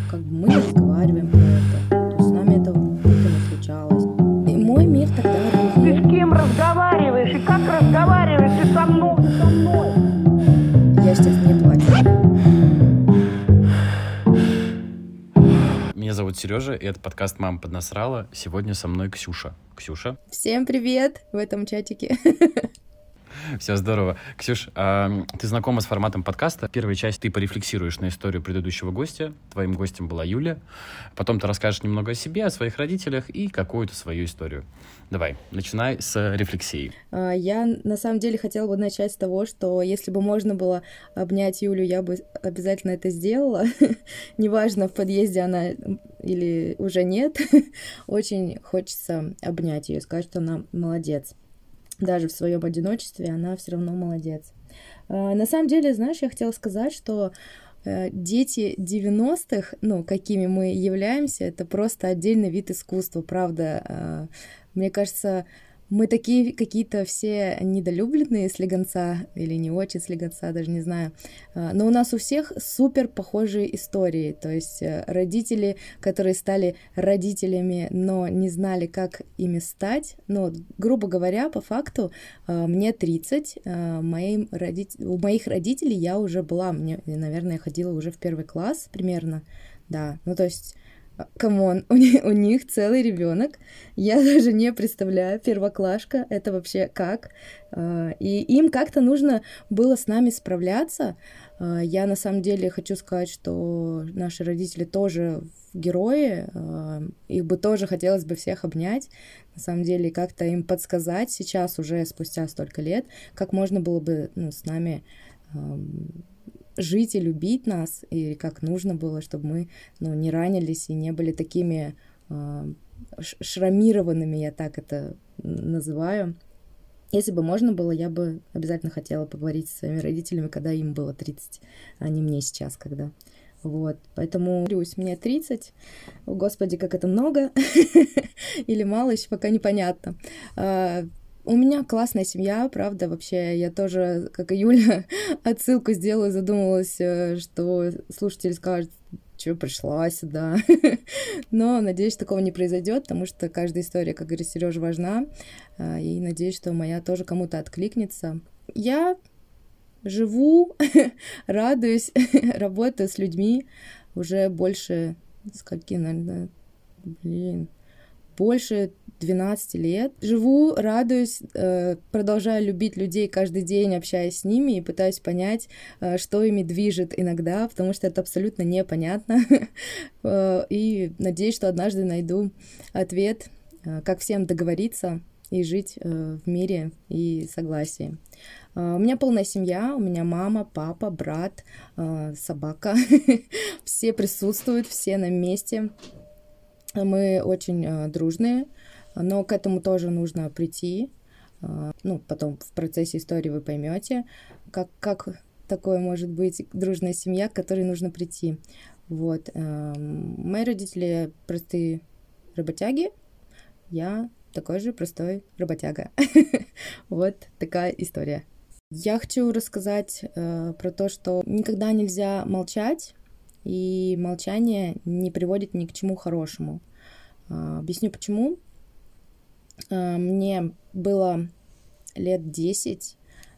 как бы мы не разговариваем про это. То есть с нами это не случалось. И мой мир тогда Ты с кем разговариваешь и как разговариваешь? Ты со мной, ты со мной. Я сейчас не плачу. Меня зовут Сережа, и это подкаст «Мама поднасрала». Сегодня со мной Ксюша. Ксюша. Всем привет в этом чатике. Все здорово. Ксюш, ты знакома с форматом подкаста? В первой части ты порефлексируешь на историю предыдущего гостя. Твоим гостем была Юля. Потом ты расскажешь немного о себе, о своих родителях и какую-то свою историю. Давай, начинай с рефлексии. Я на самом деле хотела бы начать с того, что если бы можно было обнять Юлю, я бы обязательно это сделала. Неважно, в подъезде она или уже нет. Очень хочется обнять ее и сказать, что она молодец. Даже в своем одиночестве она все равно молодец. На самом деле, знаешь, я хотела сказать, что дети 90-х, ну, какими мы являемся, это просто отдельный вид искусства, правда. Мне кажется, мы такие какие-то все недолюбленные слегонца, или не очень слегонца, даже не знаю. Но у нас у всех супер похожие истории. То есть родители, которые стали родителями, но не знали, как ими стать. Ну, грубо говоря, по факту, мне 30. У моих родителей я уже была. Наверное, я ходила уже в 1 класс примерно. Да, ну то есть... Камон, у них целый ребенок. Я даже не представляю, первоклашка, это вообще как. И им как-то нужно было с нами справляться. Я на самом деле хочу сказать, что наши родители тоже герои. Их бы тоже хотелось бы всех обнять. На самом деле как-то им подсказать сейчас, уже спустя столько лет, как можно было бы с нами... жить и любить нас, и как нужно было, чтобы мы не ранились и не были такими шрамированными, я так это называю. Если бы можно было, я бы обязательно хотела поговорить со своими родителями, когда им было 30, а не мне сейчас, когда. Вот, поэтому мне 30. О, Господи, как это много или мало, еще пока непонятно. У меня классная семья, правда, вообще я тоже, как и Юля, отсылку сделала, задумалась, что слушатель скажет, что пришла сюда. Но надеюсь, такого не произойдет, потому что каждая история, как говорит Сережа, важна, и надеюсь, что моя тоже кому-то откликнется. Я живу, радуюсь, работаю с людьми уже больше, больше 12 лет. Живу, радуюсь, продолжаю любить людей каждый день, общаясь с ними и пытаюсь понять, что ими движет иногда, потому что это абсолютно непонятно. И надеюсь, что однажды найду ответ, как всем договориться и жить в мире и согласии. У меня полная семья, у меня мама, папа, брат, собака. Все присутствуют, все на месте. Мы очень дружные, но к этому тоже нужно прийти. Потом в процессе истории вы поймете, как такое может быть дружная семья, к которой нужно прийти. Вот. Мои родители простые работяги, я такой же простой работяга. Вот такая история. Я хочу рассказать про то, что никогда нельзя молчать, и молчание не приводит ни к чему хорошему. Объясню почему. Мне было лет 10,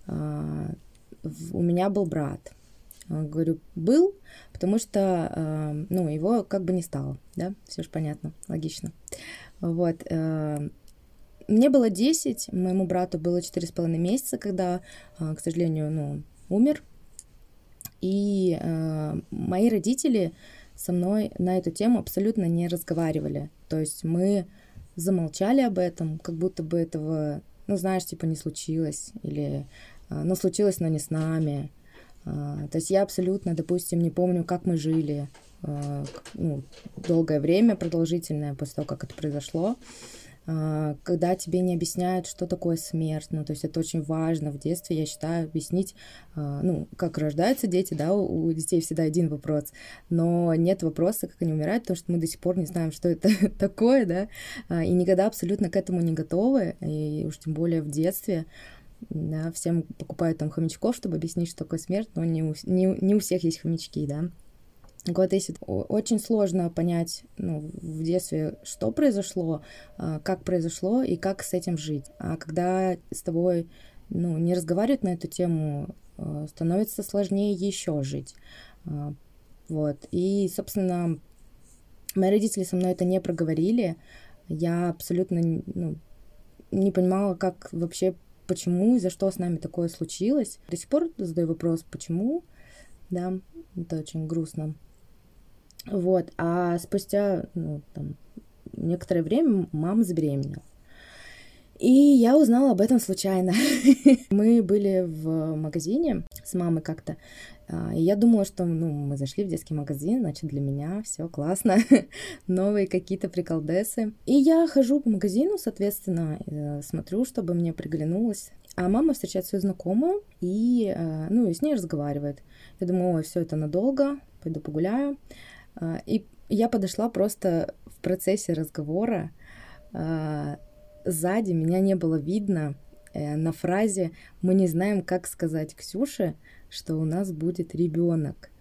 у меня был брат. Говорю, был, потому что, его как бы не стало, да, все же понятно, логично. Вот. Мне было 10, моему брату было 4,5 месяца, когда, к сожалению, умер. И мои родители со мной на эту тему абсолютно не разговаривали. То есть мы замолчали об этом, как будто бы этого, не случилось. Или, случилось, но не с нами. То есть я абсолютно, допустим, не помню, как мы жили долгое время, продолжительное, после того, как это произошло. Когда тебе не объясняют, что такое смерть. То есть это очень важно в детстве, я считаю, объяснить, как рождаются дети, да, у детей всегда один вопрос, но нет вопроса, как они умирают, потому что мы до сих пор не знаем, что это такое, да, и никогда абсолютно к этому не готовы, и уж тем более в детстве, да, всем покупают там хомячков, чтобы объяснить, что такое смерть, но не у всех есть хомячки, да. Вот если очень сложно понять, в детстве, что произошло, как произошло и как с этим жить. А когда с тобой, не разговаривают на эту тему, становится сложнее еще жить. Вот. И, собственно, мои родители со мной это не проговорили. Я абсолютно, не понимала, как вообще, почему и за что с нами такое случилось. До сих пор задаю вопрос, почему, да, это очень грустно. Вот, а спустя, некоторое время мама забеременела. И я узнала об этом случайно. Мы были в магазине с мамой как-то, и я думала, что, мы зашли в детский магазин, значит, для меня все классно, новые какие-то приколдесы. И я хожу по магазину, соответственно, смотрю, чтобы мне приглянулось. А мама встречает свою знакомую и с ней разговаривает. Я думаю, ой, все это надолго, пойду погуляю. И я подошла просто в процессе разговора. Сзади меня не было видно на фразе «Мы не знаем, как сказать Ксюше, что у нас будет ребенок».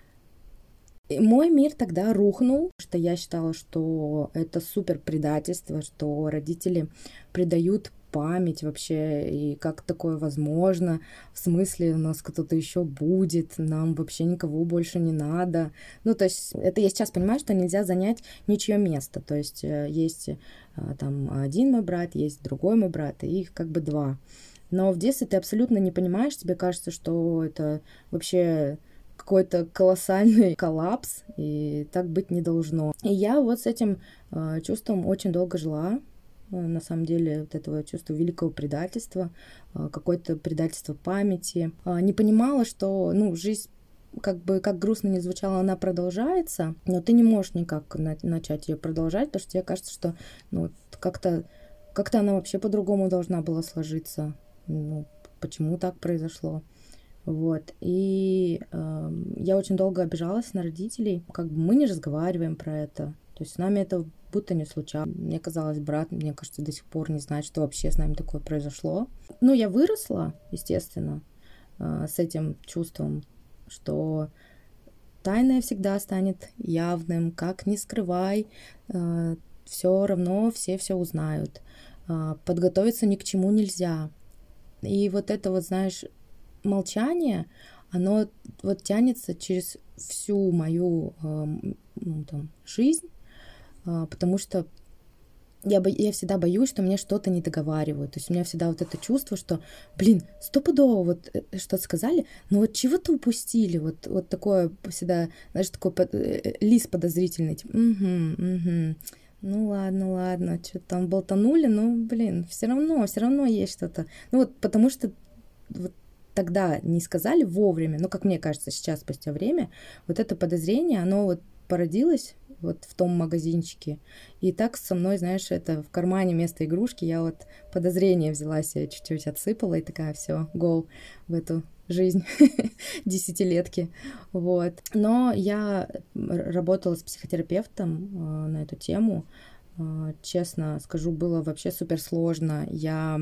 И мой мир тогда рухнул, что я считала, что это супер предательство, что родители предают память вообще, и как такое возможно, в смысле у нас кто-то еще будет, нам вообще никого больше не надо. То есть это я сейчас понимаю, что нельзя занять ничье место, то есть есть там один мой брат, есть другой мой брат, и их как бы два. Но в детстве ты абсолютно не понимаешь, тебе кажется, что это вообще какой-то колоссальный коллапс, и так быть не должно. И я вот с этим чувством очень долго жила. На самом деле, вот этого чувства великого предательства, какое-то предательство памяти. Не понимала, что, жизнь, как грустно ни звучало, она продолжается, но ты не можешь никак начать ее продолжать, потому что тебе кажется, что, как-то она вообще по-другому должна была сложиться. Почему так произошло? Вот. И я очень долго обижалась на родителей. Мы не разговариваем про это. То есть с нами это будто не случалось. Мне казалось, брат, мне кажется, до сих пор не знает, что вообще с нами такое произошло. Я выросла, естественно, с этим чувством, что тайное всегда станет явным, как ни скрывай, все равно все узнают. Подготовиться ни к чему нельзя. И вот это вот, знаешь, молчание, оно вот тянется через всю мою жизнь, потому что я всегда боюсь, что мне что-то не договаривают. То есть у меня всегда вот это чувство, что, стопудово вот что-то сказали, но вот чего-то упустили. Вот такое всегда, знаешь, такой лист подозрительный. Типа, ну ладно, что-то там болтанули, все равно есть что-то. Потому что вот тогда не сказали вовремя, как мне кажется, сейчас, спустя время, вот это подозрение, оно вот породилось вот в том магазинчике. И так со мной, знаешь, это в кармане вместо игрушки я вот подозрение взяла себе, чуть-чуть отсыпала и такая, все, гол в эту жизнь десятилетки. Вот. Но я работала с психотерапевтом на эту тему. Честно скажу, было вообще супер сложно. Я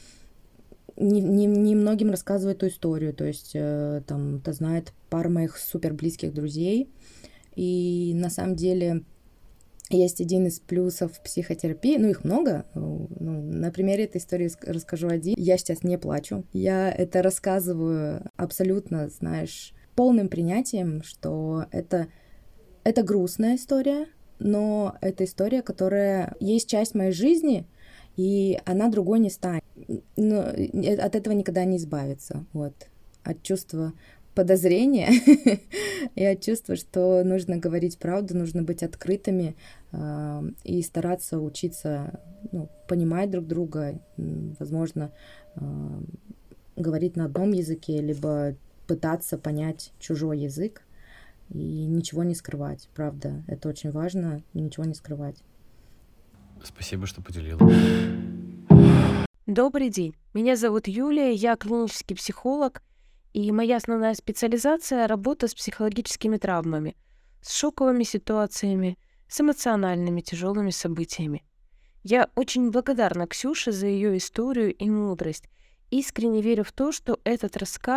не многим рассказываю эту историю. То есть там это знает пара моих супер близких друзей. И на самом деле есть один из плюсов психотерапии, их много, на примере этой истории расскажу один. Я сейчас не плачу, я это рассказываю абсолютно, знаешь, полным принятием, что это грустная история, но это история, которая есть часть моей жизни, и она другой не станет. Но от этого никогда не избавиться, от чувства подозрения и от чувства, что нужно говорить правду, нужно быть открытыми и стараться учиться понимать друг друга, возможно, говорить на одном языке, либо пытаться понять чужой язык и ничего не скрывать. Правда, это очень важно, ничего не скрывать. Спасибо, что поделилась. Добрый день. Меня зовут Юлия, я клинический психолог, и моя основная специализация — работа с психологическими травмами, с шоковыми ситуациями, с эмоциональными тяжелыми событиями. Я очень благодарна Ксюше за ее историю и мудрость. Искренне верю в то, что этот рассказ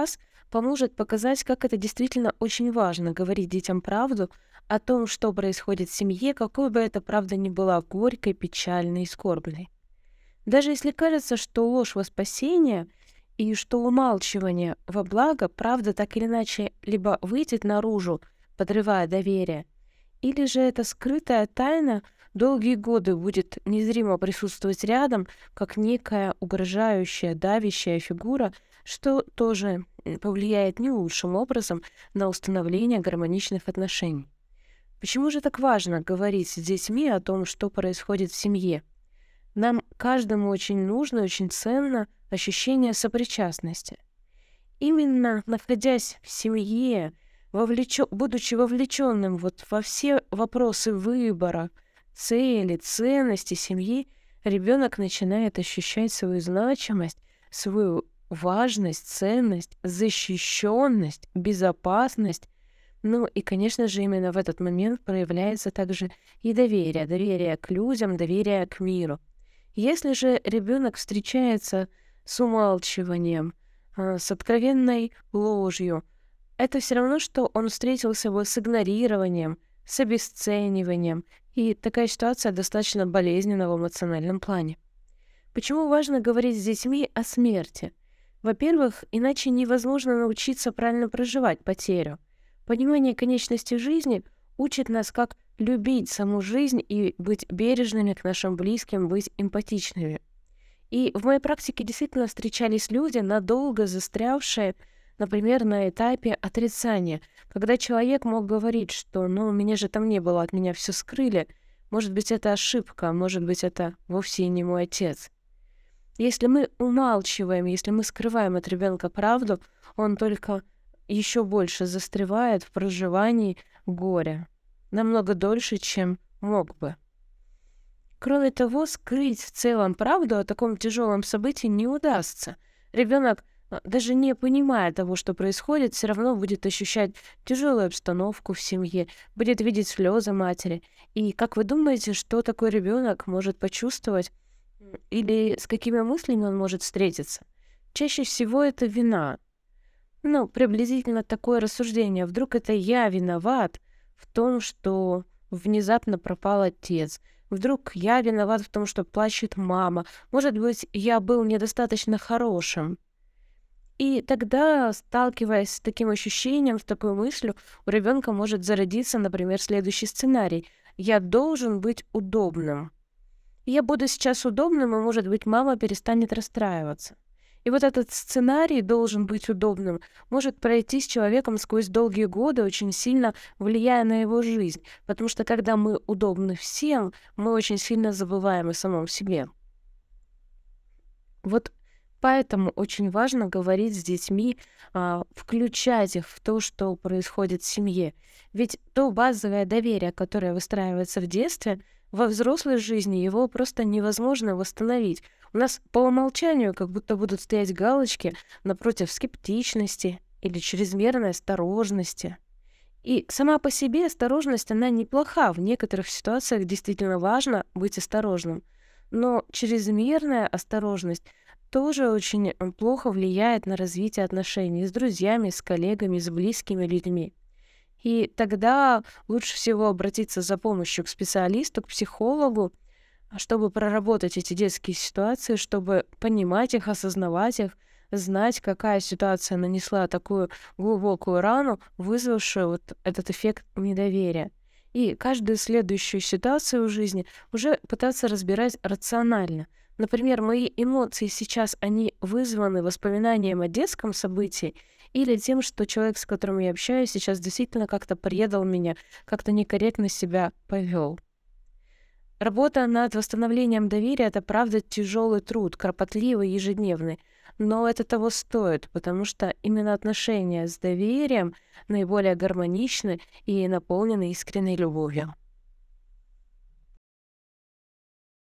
поможет показать, как это действительно очень важно говорить детям правду о том, что происходит в семье, какой бы эта правда ни была горькой, печальной и скорбной. Даже если кажется, что ложь во спасение и что умалчивание во благо, правда так или иначе либо выйдет наружу, подрывая доверие, или же эта скрытая тайна долгие годы будет незримо присутствовать рядом, как некая угрожающая, давящая фигура, что тоже повлияет не лучшим образом на установление гармоничных отношений. Почему же так важно говорить с детьми о том, что происходит в семье? Нам каждому очень нужно, очень ценно ощущение сопричастности. Именно находясь в семье, будучи вовлеченным вот во все вопросы выбора, цели, ценности семьи, ребенок начинает ощущать свою значимость, свою важность, ценность, защищенность, безопасность. Ну и, конечно же, именно в этот момент проявляется также и доверие, доверие к людям, доверие к миру. Если же ребенок встречается с умалчиванием, с откровенной ложью, это все равно, что он встретился бы с игнорированием, с обесцениванием, и такая ситуация достаточно болезненна в эмоциональном плане. Почему важно говорить с детьми о смерти? Во-первых, иначе невозможно научиться правильно проживать потерю. Понимание конечности жизни учит нас, как любить саму жизнь и быть бережными к нашим близким, быть эмпатичными. И в моей практике действительно встречались люди, надолго застрявшие, например, на этапе отрицания, когда человек мог говорить, что «ну, меня же там не было, от меня все скрыли, может быть, это ошибка, может быть, это вовсе и не мой отец». Если мы умалчиваем, если мы скрываем от ребенка правду, он только еще больше застревает в проживании горя, намного дольше, чем мог бы. Кроме того, скрыть в целом правду о таком тяжелом событии не удастся. Ребенок, даже не понимая того, что происходит, все равно будет ощущать тяжелую обстановку в семье, будет видеть слезы матери. И как вы думаете, что такой ребенок может почувствовать или с какими мыслями он может встретиться? Чаще всего это вина. Приблизительно такое рассуждение. Вдруг это я виноват в том, что внезапно пропал отец. Вдруг я виноват в том, что плачет мама. Может быть, я был недостаточно хорошим. И тогда, сталкиваясь с таким ощущением, с такой мыслью, у ребенка может зародиться, например, следующий сценарий. Я должен быть удобным. Я буду сейчас удобным, и, может быть, мама перестанет расстраиваться. И вот этот сценарий должен быть удобным, может пройти с человеком сквозь долгие годы, очень сильно влияя на его жизнь. Потому что когда мы удобны всем, мы очень сильно забываем о самом себе. Вот поэтому очень важно говорить с детьми, включать их в то, что происходит в семье. Ведь то базовое доверие, которое выстраивается в детстве, во взрослой жизни его просто невозможно восстановить. У нас по умолчанию как будто будут стоять галочки напротив скептичности или чрезмерной осторожности. И сама по себе осторожность, она неплоха. В некоторых ситуациях действительно важно быть осторожным. Но чрезмерная осторожность тоже очень плохо влияет на развитие отношений с друзьями, с коллегами, с близкими людьми. И тогда лучше всего обратиться за помощью к специалисту, к психологу, чтобы проработать эти детские ситуации, чтобы понимать их, осознавать их, знать, какая ситуация нанесла такую глубокую рану, вызвавшую вот этот эффект недоверия. И каждую следующую ситуацию в жизни уже пытаться разбирать рационально. Например, мои эмоции сейчас, они вызваны воспоминанием о детском событии или тем, что человек, с которым я общаюсь, сейчас действительно как-то предал меня, как-то некорректно себя повел. Работа над восстановлением доверия — это, правда, тяжелый труд, кропотливый, ежедневный. Но это того стоит, потому что именно отношения с доверием наиболее гармоничны и наполнены искренней любовью.